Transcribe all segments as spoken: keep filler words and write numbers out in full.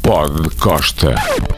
Pod Costa.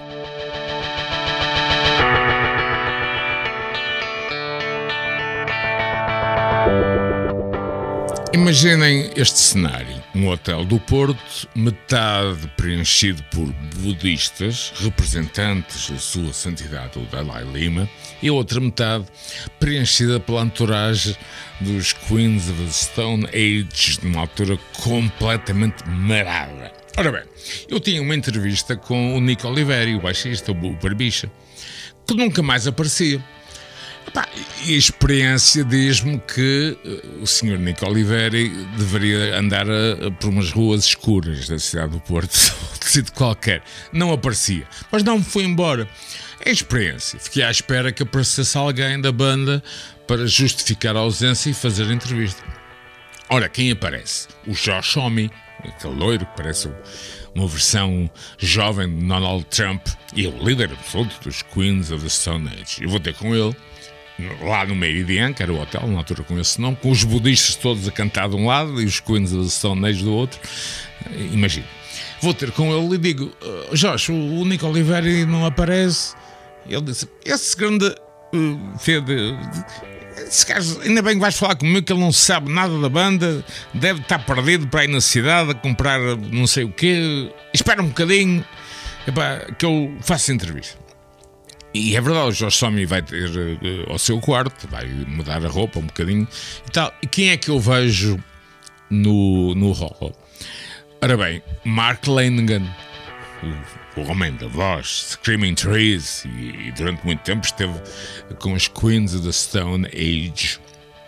Imaginem este cenário: um hotel do Porto, metade preenchido por budistas, representantes da sua santidade, o Dalai Lama, e a outra metade preenchida pela entourage dos Queens of the Stone Age, numa altura completamente marada. Ora bem, eu tinha uma entrevista com o Nico Oliveri, o baixista, o Barbicha, que nunca mais aparecia. Epá, e a experiência diz-me que uh, o senhor Nico Oliveri deveria andar a, a, por umas ruas escuras da cidade do Porto, ou de sítio qualquer. Não aparecia, mas não me foi embora. É a experiência. Fiquei à espera que aparecesse alguém da banda para justificar a ausência e fazer a entrevista. Ora, quem aparece? O Josh Homme, aquele loiro que parece uma versão jovem de Donald Trump, e é o líder absoluto dos Queens of the Stone Age. Eu vou ter com ele lá no Meridian, que era o hotel, na altura com esse nome, com os budistas todos a cantar de um lado e os Queens of the Stone Age do outro. Imagina. Vou ter com ele e digo: oh, Jorge, o Nico Oliveri não aparece. Ele disse: esse grande uh, Fede, esse gajo, ainda bem que vais falar comigo, que ele não sabe nada da banda, deve estar perdido para ir na cidade a comprar não sei o quê. Espera um bocadinho, epá, que eu faço entrevista. E é verdade, o Josh Homme vai ter uh, ao seu quarto, vai mudar a roupa um bocadinho e tal. E quem é que eu vejo no, no hall? Ora bem, Mark Lanegan, o, o homem da voz, Screaming Trees, e, e durante muito tempo esteve com os Queens of the Stone Age.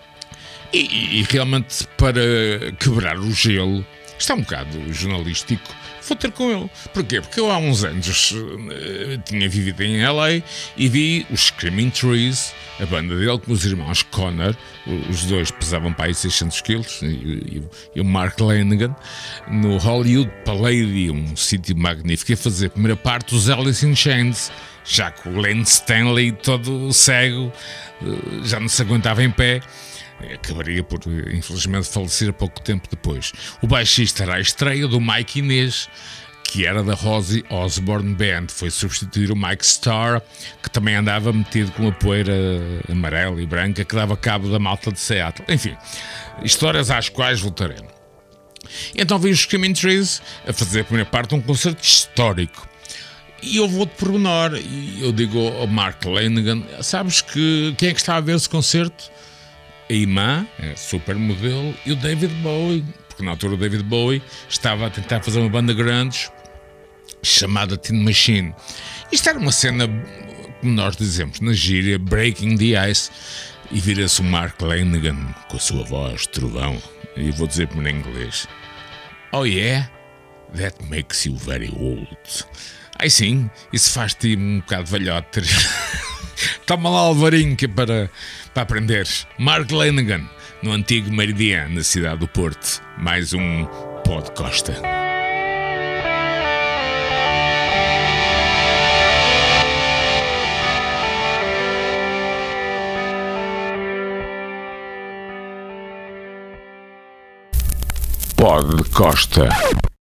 E, e realmente, para quebrar o gelo, está um bocado jornalístico, vou ter com ele. Porquê? Porque eu há uns anos uh, tinha vivido em L A e vi os Screaming Trees, a banda dele com os irmãos Connor, os dois pesavam para aí seiscentos quilos, e, e, e o Mark Lanegan, no Hollywood Palladium, um sítio magnífico, a fazer a primeira parte dos Alice in Chains, já que o Len Stanley, todo cego, uh, já não se aguentava em pé. Acabaria por, infelizmente, falecer pouco tempo depois. O baixista era a estreia do Mike Inês, que era da Ozzy Osbourne Band. Foi substituir o Mike Starr, que também andava metido com uma poeira amarela e branca que dava cabo da malta de Seattle. Enfim, histórias às quais voltaremos. Então vi os Screaming Trees a fazer a primeira parte de um concerto histórico. E eu vou de pormenor, e eu digo ao Mark Lanegan: sabes que quem é que está a ver esse concerto? A irmã, a supermodelo, e o David Bowie, porque na altura o David Bowie estava a tentar fazer uma banda grande chamada Tin Machine. Isto era uma cena, como nós dizemos na gíria, breaking the ice, e vira-se o Mark Lanegan com a sua voz trovão, e eu vou dizer primeiro em inglês: oh yeah, that makes you very old. Ai sim, isso faz-te um bocado velhote. Toma lá, Alvarinho, que é para, para aprender. Mark Lanegan, no antigo Meridian, na cidade do Porto. Mais um Pod Costa. Pod Costa.